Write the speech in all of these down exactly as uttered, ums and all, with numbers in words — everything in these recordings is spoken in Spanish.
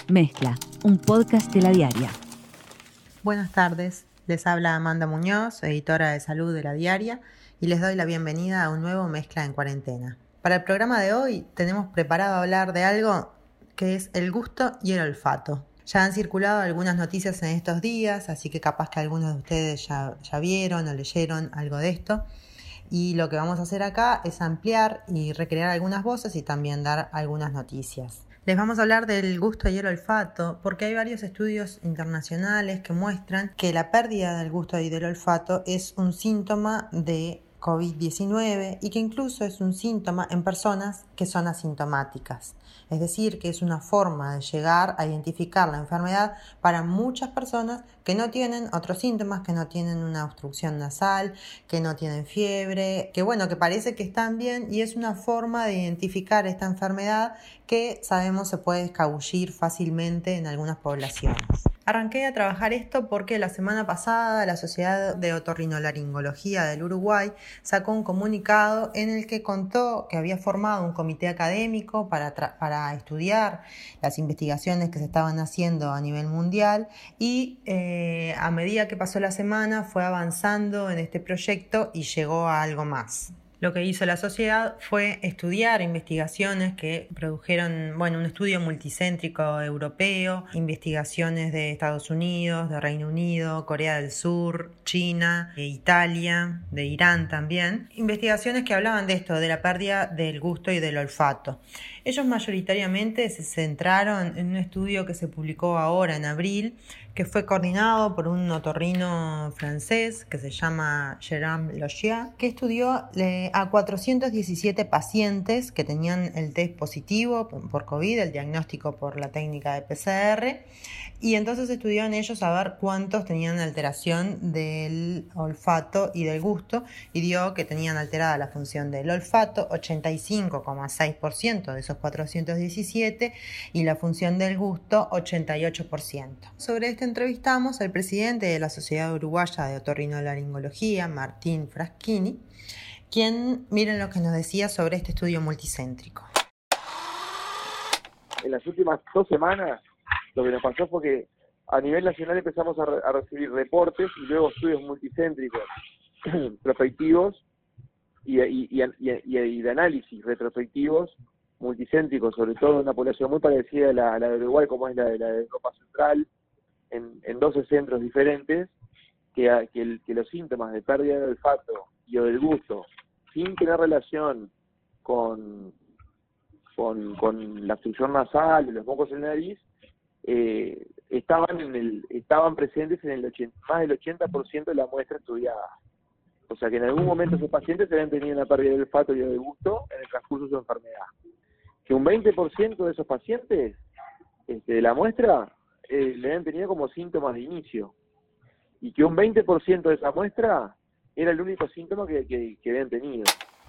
Mezcla, un podcast de La Diaria. Buenas tardes, les habla Amanda Muñoz, editora de salud de La Diaria, y les doy la bienvenida a un nuevo Mezcla en Cuarentena. Para el programa de hoy tenemos preparado hablar de algo que es el gusto y el olfato. Ya han circulado algunas noticias en estos días, así que capaz que algunos de ustedes ya, ya vieron o leyeron algo de esto. Y lo que vamos a hacer acá es ampliar y recrear algunas voces y también dar algunas noticias. Les vamos a hablar del gusto y el olfato porque hay varios estudios internacionales que muestran que la pérdida del gusto y del olfato es un síntoma de covid diecinueve y que incluso es un síntoma en personas que son asintomáticas. Es decir, que es una forma de llegar a identificar la enfermedad para muchas personas que no tienen otros síntomas, que no tienen una obstrucción nasal, que no tienen fiebre, que bueno, que parece que están bien, y es una forma de identificar esta enfermedad que sabemos se puede escabullir fácilmente en algunas poblaciones. Arranqué a trabajar esto porque la semana pasada la Sociedad de Otorrinolaringología del Uruguay sacó un comunicado en el que contó que había formado un comité académico para, tra- para estudiar las investigaciones que se estaban haciendo a nivel mundial y eh, a medida que pasó la semana fue avanzando en este proyecto y llegó a algo más. Lo que hizo la sociedad fue estudiar investigaciones que produjeron, bueno, un estudio multicéntrico europeo, investigaciones de Estados Unidos, de Reino Unido, Corea del Sur, China, de Italia, de Irán también. Investigaciones que hablaban de esto, de la pérdida del gusto y del olfato. Ellos mayoritariamente se centraron en un estudio que se publicó ahora en abril, que fue coordinado por un otorrino francés que se llama Jérôme Logia, que estudió eh, a cuatrocientos diecisiete pacientes que tenían el test positivo por COVID, el diagnóstico por la técnica de P C R, y entonces estudió en ellos a ver cuántos tenían alteración del olfato y del gusto, y dio que tenían alterada la función del olfato, ochenta y cinco coma seis por ciento de esos cuatrocientos diecisiete, y la función del gusto, ochenta y ocho por ciento. Sobre esto entrevistamos al presidente de la Sociedad Uruguaya de Otorrinolaringología, Martín Fraschini, quien, miren lo que nos decía sobre este estudio multicéntrico. En las últimas dos semanas lo que nos pasó fue que a nivel nacional empezamos a, re- a recibir reportes y luego estudios multicéntricos prospectivos y, y, y, y, y de análisis retrospectivos multicéntricos, sobre todo en una población muy parecida a la, a la de Uruguay, como es la de la de Europa Central, en, en doce centros diferentes, que, que, el, que los síntomas de pérdida del olfato y o del gusto, sin tener relación con, con, con la obstrucción nasal y los mocos en la nariz, eh, estaban en el estaban presentes en el ochenta, más del ochenta por ciento de la muestra estudiada. O sea que en algún momento esos pacientes habían tenido una pérdida del olfato y del gusto en el transcurso de su enfermedad. Que un veinte por ciento de esos pacientes este, de la muestra eh, le habían tenido como síntomas de inicio, y que un veinte por ciento de esa muestra era el único síntoma que, que, que habían tenido.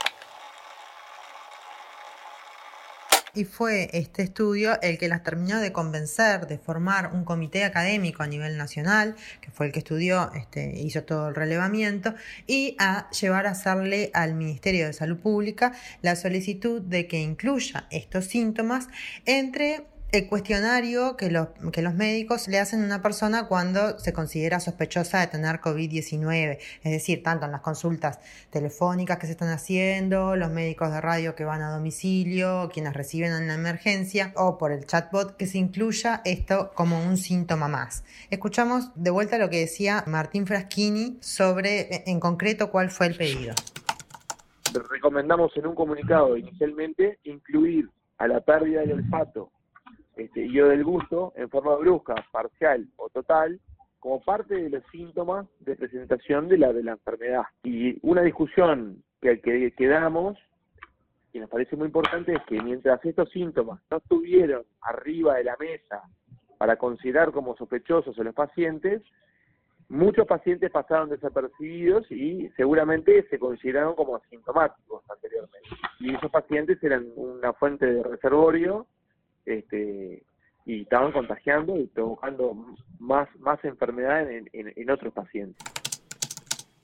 Y fue este estudio el que las terminó de convencer de formar un comité académico a nivel nacional, que fue el que estudió, este, hizo todo el relevamiento, y a llevar a hacerle al Ministerio de Salud Pública la solicitud de que incluya estos síntomas entre el cuestionario que los, que los médicos le hacen a una persona cuando se considera sospechosa de tener covid diecinueve. Es decir, tanto en las consultas telefónicas que se están haciendo, los médicos de radio que van a domicilio, quienes reciben en la emergencia, o por el chatbot, que se incluya esto como un síntoma más. Escuchamos de vuelta lo que decía Martín Fraschini sobre, en concreto, cuál fue el pedido. Recomendamos en un comunicado inicialmente incluir a la pérdida del olfato Este, y o del gusto en forma brusca, parcial o total, como parte de los síntomas de presentación de la de la enfermedad. Y una discusión que, que, que damos, y nos parece muy importante, es que mientras estos síntomas no estuvieron arriba de la mesa para considerar como sospechosos a los pacientes, muchos pacientes pasaron desapercibidos y seguramente se consideraron como asintomáticos anteriormente. Y esos pacientes eran una fuente de reservorio, Este, y estaban contagiando y provocando más, más enfermedad en, en, en otros pacientes.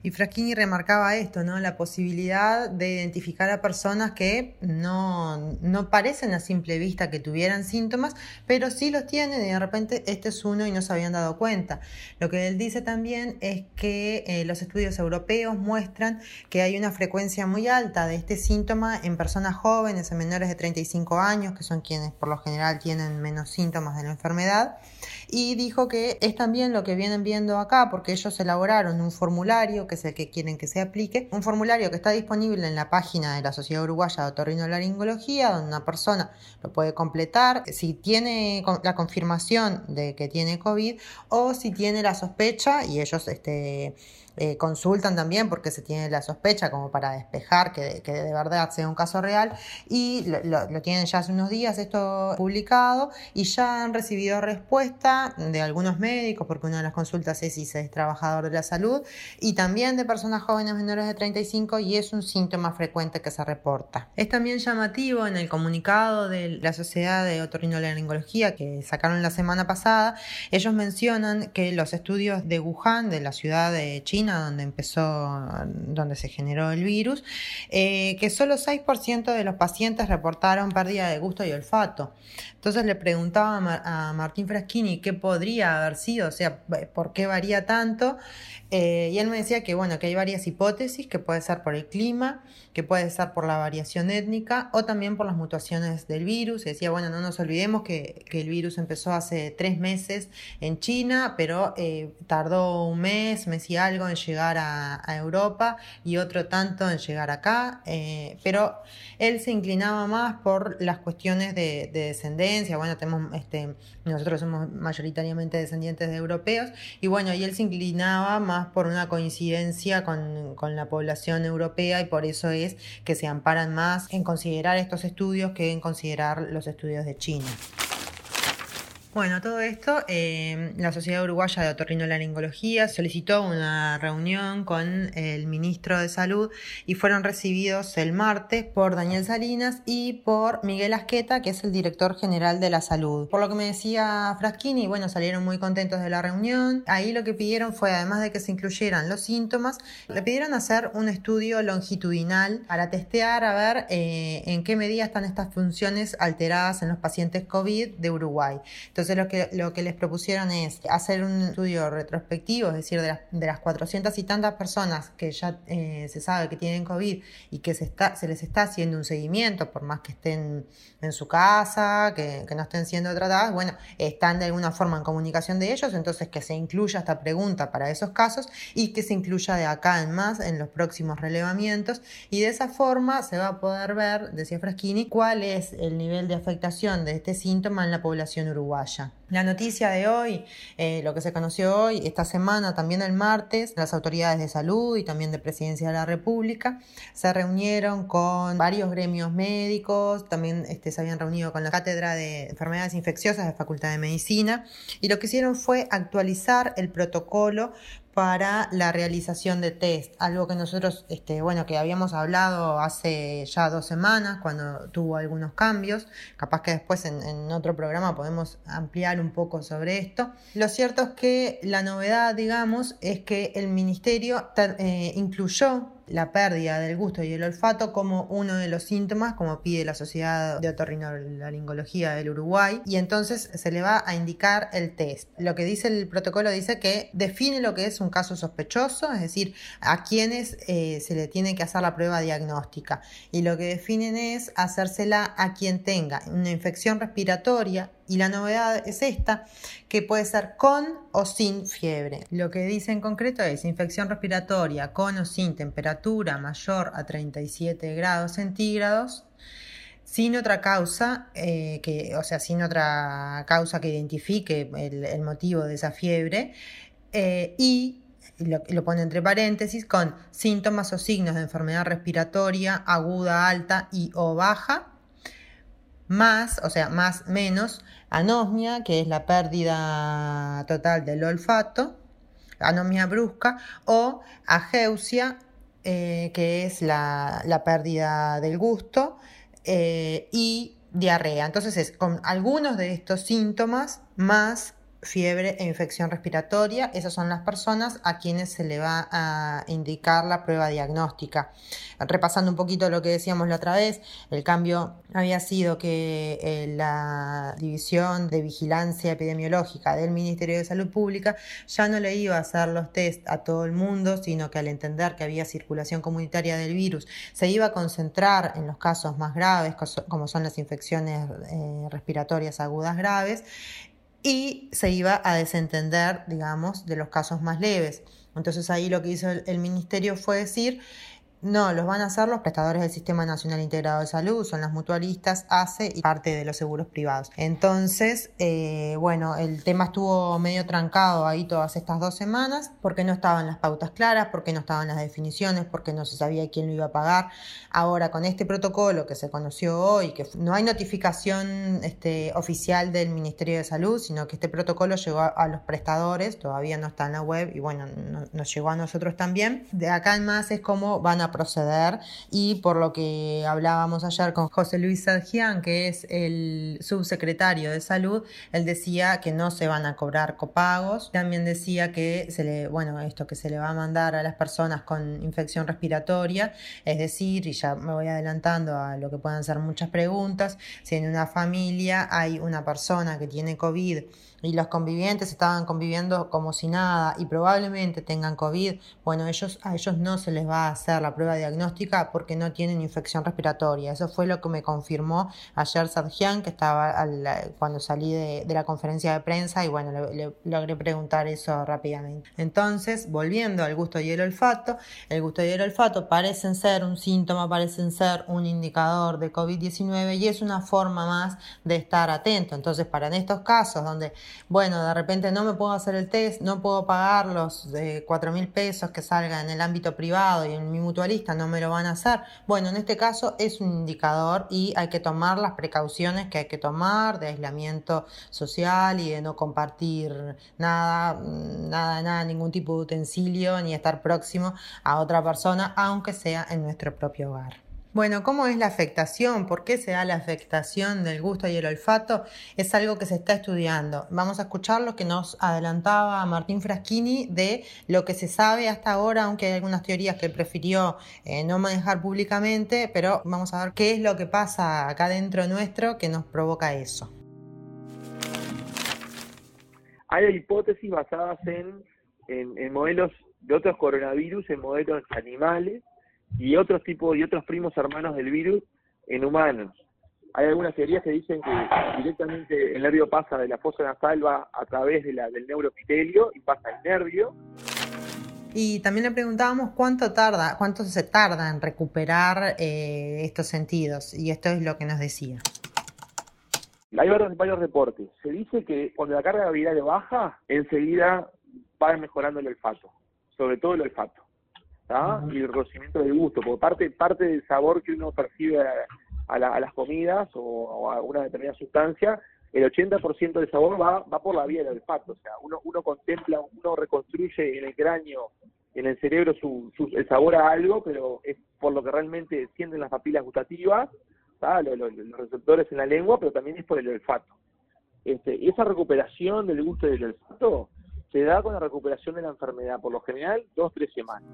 Y Fraschini remarcaba esto, ¿no? La posibilidad de identificar a personas que no, no parecen a simple vista que tuvieran síntomas, pero sí los tienen y de repente este es uno y no se habían dado cuenta. Lo que él dice también es que eh, los estudios europeos muestran que hay una frecuencia muy alta de este síntoma en personas jóvenes, en menores de treinta y cinco años, que son quienes por lo general tienen menos síntomas de la enfermedad. Y dijo que es también lo que vienen viendo acá, porque ellos elaboraron un formulario que es el que quieren que se aplique, un formulario que está disponible en la página de la Sociedad Uruguaya de Otorrinolaringología, donde una persona lo puede completar si tiene la confirmación de que tiene COVID o si tiene la sospecha, y ellos este Eh, consultan también porque se tiene la sospecha como para despejar que, que de verdad sea un caso real, y lo, lo, lo tienen ya hace unos días esto publicado y ya han recibido respuesta de algunos médicos, porque una de las consultas es si se es trabajador de la salud, y también de personas jóvenes menores de treinta y cinco, y es un síntoma frecuente que se reporta. Es también llamativo en el comunicado de la Sociedad de Otorrinolaringología que sacaron la semana pasada, ellos mencionan que los estudios de Wuhan, de la ciudad de China donde empezó, donde se generó el virus, eh, que solo seis por ciento de los pacientes reportaron pérdida de gusto y olfato. Entonces le preguntaba a, Mar- a Martín Fraschini qué podría haber sido, o sea, por qué varía tanto, eh, y él me decía que bueno, que hay varias hipótesis, que puede ser por el clima, que puede ser por la variación étnica o también por las mutaciones del virus. Y decía, bueno, no nos olvidemos que, que el virus empezó hace tres meses en China, pero eh, tardó un mes, mes y algo en llegar a, a Europa y otro tanto en llegar acá, eh, pero él se inclinaba más por las cuestiones de, de descendencia. Bueno, tenemos este, nosotros somos mayoritariamente descendientes de europeos, y bueno, y él se inclinaba más por una coincidencia con, con la población europea, y por eso es que se amparan más en considerar estos estudios que en considerar los estudios de China. Bueno, todo esto, eh, la Sociedad Uruguaya de Otorrinolaringología solicitó una reunión con el ministro de Salud y fueron recibidos el martes por Daniel Salinas y por Miguel Asqueta, que es el director general de la salud. Por lo que me decía Fraschini, bueno, salieron muy contentos de la reunión. Ahí lo que pidieron fue, además de que se incluyeran los síntomas, le pidieron hacer un estudio longitudinal para testear a ver eh, en qué medida están estas funciones alteradas en los pacientes COVID de Uruguay. Entonces, Entonces lo que, lo que les propusieron es hacer un estudio retrospectivo, es decir, de las, de las cuatrocientas y tantas personas que ya eh, se sabe que tienen COVID y que se, está, se les está haciendo un seguimiento, por más que estén en su casa, que, que no estén siendo tratadas, bueno, están de alguna forma en comunicación de ellos, entonces que se incluya esta pregunta para esos casos y que se incluya de acá en más en los próximos relevamientos, y de esa forma se va a poder ver, decía Fraschini, cuál es el nivel de afectación de este síntoma en la población uruguaya. La noticia de hoy, eh, lo que se conoció hoy, esta semana, también el martes, las autoridades de salud y también de Presidencia de la República se reunieron con varios gremios médicos, también este, se habían reunido con la Cátedra de Enfermedades Infecciosas de Facultad de Medicina, y lo que hicieron fue actualizar el protocolo para la realización de test, algo que nosotros, este, bueno, que habíamos hablado hace ya dos semanas cuando tuvo algunos cambios. Capaz que después en, en otro programa podemos ampliar un poco sobre esto. Lo cierto es que la novedad, digamos, es que el Ministerio eh, incluyó la pérdida del gusto y el olfato como uno de los síntomas, como pide la Sociedad de Otorrinolaringología del Uruguay, y entonces se le va a indicar el test. Lo que dice el protocolo dice que define lo que es un caso sospechoso, es decir, a quienes eh, se le tiene que hacer la prueba diagnóstica, y lo que definen es hacérsela a quien tenga una infección respiratoria, y la novedad es esta, que puede ser con o sin fiebre. Lo que dice en concreto es infección respiratoria con o sin temperatura mayor a treinta y siete grados centígrados, sin otra causa, eh, que, o sea, sin otra causa que identifique el, el motivo de esa fiebre, eh, y Lo, lo pone entre paréntesis, con síntomas o signos de enfermedad respiratoria aguda, alta y o baja, más, o sea, más, menos, anosmia, que es la pérdida total del olfato, anosmia brusca, o ageusia, eh, que es la, la pérdida del gusto, eh, y diarrea. Entonces es con algunos de estos síntomas más fiebre e infección respiratoria. Esas son las personas a quienes se le va a indicar la prueba diagnóstica. Repasando un poquito lo que decíamos la otra vez, el cambio había sido que eh, la División de Vigilancia Epidemiológica del Ministerio de Salud Pública ya no le iba a hacer los test a todo el mundo, sino que al entender que había circulación comunitaria del virus, se iba a concentrar en los casos más graves, como son las infecciones eh, respiratorias agudas graves, y se iba a desentender, digamos, de los casos más leves. Entonces ahí lo que hizo el, el ministerio fue decir: no, los van a hacer los prestadores del Sistema Nacional Integrado de Salud, son las mutualistas, A C E y parte de los seguros privados. Entonces, eh, bueno, el tema estuvo medio trancado ahí todas estas dos semanas, porque no estaban las pautas claras, porque no estaban las definiciones, porque no se sabía quién lo iba a pagar. Ahora, con este protocolo que se conoció hoy, que no hay notificación este, oficial del Ministerio de Salud, sino que este protocolo llegó a, a los prestadores, todavía no está en la web, y bueno, no, nos llegó a nosotros también. De acá en más es como van a proceder, y por lo que hablábamos ayer con José Luis Sergián, que es el subsecretario de Salud, él decía que no se van a cobrar copagos. También decía que se le, bueno, esto que se le va a mandar a las personas con infección respiratoria, es decir, y ya me voy adelantando a lo que puedan ser muchas preguntas, si en una familia hay una persona que tiene COVID y los convivientes estaban conviviendo como si nada y probablemente tengan COVID, bueno, ellos, a ellos no se les va a hacer la prueba diagnóstica porque no tienen infección respiratoria. Eso fue lo que me confirmó ayer Sergián, que estaba al, cuando salí de, de la conferencia de prensa, y bueno, le, le logré preguntar eso rápidamente. Entonces, volviendo al gusto y el olfato, el gusto y el olfato parecen ser un síntoma, parecen ser un indicador de COVID diecinueve, y es una forma más de estar atento. Entonces, para en estos casos donde, bueno, de repente no me puedo hacer el test, no puedo pagar los eh, cuatro mil pesos que salgan en el ámbito privado y en mi mutualista no me lo van a hacer, bueno, en este caso es un indicador y hay que tomar las precauciones que hay que tomar de aislamiento social y de no compartir nada, nada, nada, ningún tipo de utensilio, ni estar próximo a otra persona, aunque sea en nuestro propio hogar. Bueno, ¿cómo es la afectación? ¿Por qué se da la afectación del gusto y el olfato? Es algo que se está estudiando. Vamos a escuchar lo que nos adelantaba Martín Fraschini de lo que se sabe hasta ahora, aunque hay algunas teorías que él prefirió eh, no manejar públicamente, pero vamos a ver qué es lo que pasa acá dentro nuestro que nos provoca eso. Hay hipótesis basadas en, en, en modelos de otros coronavirus, en modelos animales, y otros tipos y otros primos hermanos del virus en humanos. Hay algunas teorías que dicen que directamente el nervio pasa de la fosa nasal, va a través de la, del neuroepitelio y pasa al nervio. Y también le preguntábamos cuánto tarda, cuánto se tarda en recuperar eh, estos sentidos, y esto es lo que nos decía. Hay varios, varios reportes. Se dice que cuando la carga viral baja, enseguida va mejorando el olfato, sobre todo el olfato. ¿Ah? Y el conocimiento del gusto, porque parte, parte del sabor que uno percibe a, a, la, a las comidas o, o a una determinada sustancia, el ochenta por ciento del sabor va, va por la vía del olfato. O sea, uno, uno contempla, uno reconstruye en el cráneo, en el cerebro, su, su, el sabor a algo, pero es por lo que realmente sienten las papilas gustativas, los, los, los receptores en la lengua, pero también es por el olfato. Este, esa recuperación del gusto y del olfato se da con la recuperación de la enfermedad, por lo general, dos, tres semanas.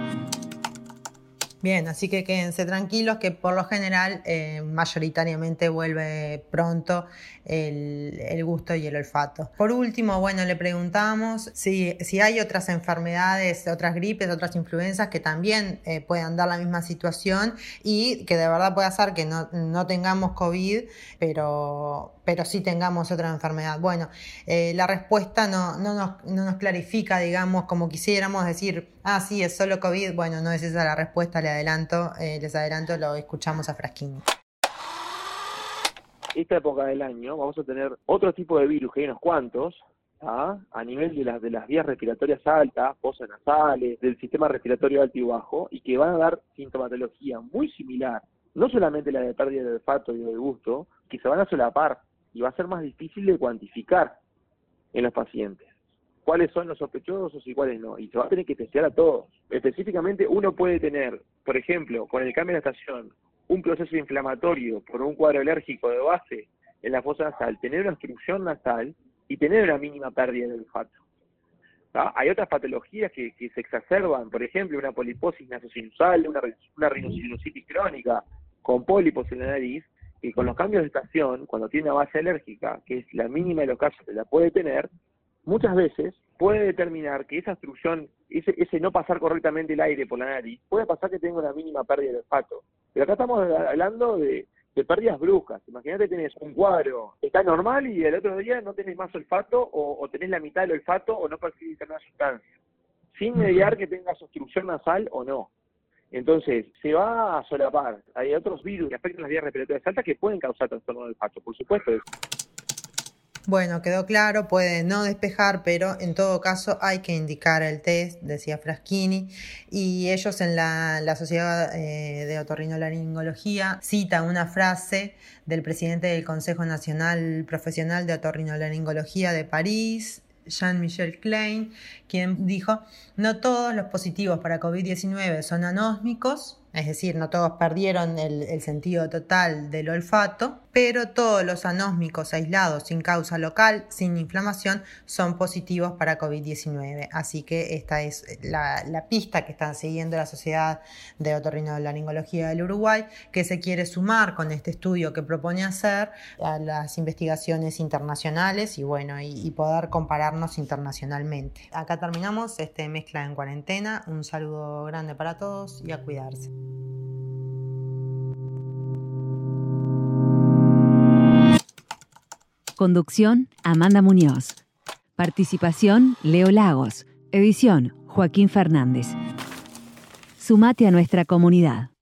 Bien, así que quédense tranquilos que por lo general eh, mayoritariamente vuelve pronto el, el gusto y el olfato. Por último, bueno, le preguntamos si, si hay otras enfermedades, otras gripes, otras influencias que también eh, puedan dar la misma situación y que de verdad puede ser que no, no tengamos COVID, pero, pero sí tengamos otra enfermedad. Bueno, eh, la respuesta no, no, nos, no nos clarifica, digamos, como quisiéramos decir, ah, sí, es solo COVID. Bueno, no es esa la respuesta, le adelanto, eh, les adelanto, lo escuchamos a Fraschini. Esta época del año vamos a tener otro tipo de virus, que hay unos cuantos, ¿ah? A nivel de las, de las vías respiratorias altas, fosas nasales, del sistema respiratorio alto y bajo, y que van a dar sintomatología muy similar, no solamente la de pérdida del olfato y del gusto, que se van a solapar, y va a ser más difícil de cuantificar en los pacientes. Cuáles son los sospechosos y cuáles no, y se va a tener que testear a todos. Específicamente uno puede tener, por ejemplo, con el cambio de estación, un proceso inflamatorio por un cuadro alérgico de base en la fosa nasal, tener una obstrucción nasal y tener una mínima pérdida del olfato. ¿Tá? Hay otras patologías que, que se exacerban, por ejemplo, una poliposis nasosinusal, una, una rinosinusitis crónica con pólipos en la nariz, que con los cambios de estación, cuando tiene una base alérgica, que es la mínima de los casos que la puede tener, muchas veces puede determinar que esa obstrucción, ese, ese no pasar correctamente el aire por la nariz, puede pasar que tenga una mínima pérdida de olfato. Pero acá estamos hablando de, de pérdidas bruscas. Imagínate que tenés un cuadro, está normal y el otro día no tenés más olfato o, o tenés la mitad del olfato o no percibís nada sustancia, sin mediar que tengas obstrucción nasal o no. Entonces, se va a solapar. Hay otros virus que afectan las vías respiratorias altas que pueden causar trastorno del olfato, por supuesto. Bueno, quedó claro, puede no despejar, pero en todo caso hay que indicar el test, decía Fraschini, y ellos en la, la Sociedad eh, de Otorrinolaringología citan una frase del presidente del Consejo Nacional Profesional de Otorrinolaringología de París, Jean-Michel Klein, quien dijo: no todos los positivos para COVID diecinueve son anósmicos, es decir, no todos perdieron el, el sentido total del olfato, pero todos los anósmicos aislados sin causa local, sin inflamación, son positivos para COVID diecinueve. Así que esta es la, la pista que están siguiendo la Sociedad de Otorrinolaringología del Uruguay, que se quiere sumar con este estudio que propone hacer a las investigaciones internacionales y bueno, y, y poder compararnos internacionalmente. Acá terminamos este Mezcla en Cuarentena. Un saludo grande para todos y a cuidarse. Conducción, Amanda Muñoz. Participación, Leo Lagos. Edición, Joaquín Fernández. Sumate a nuestra comunidad.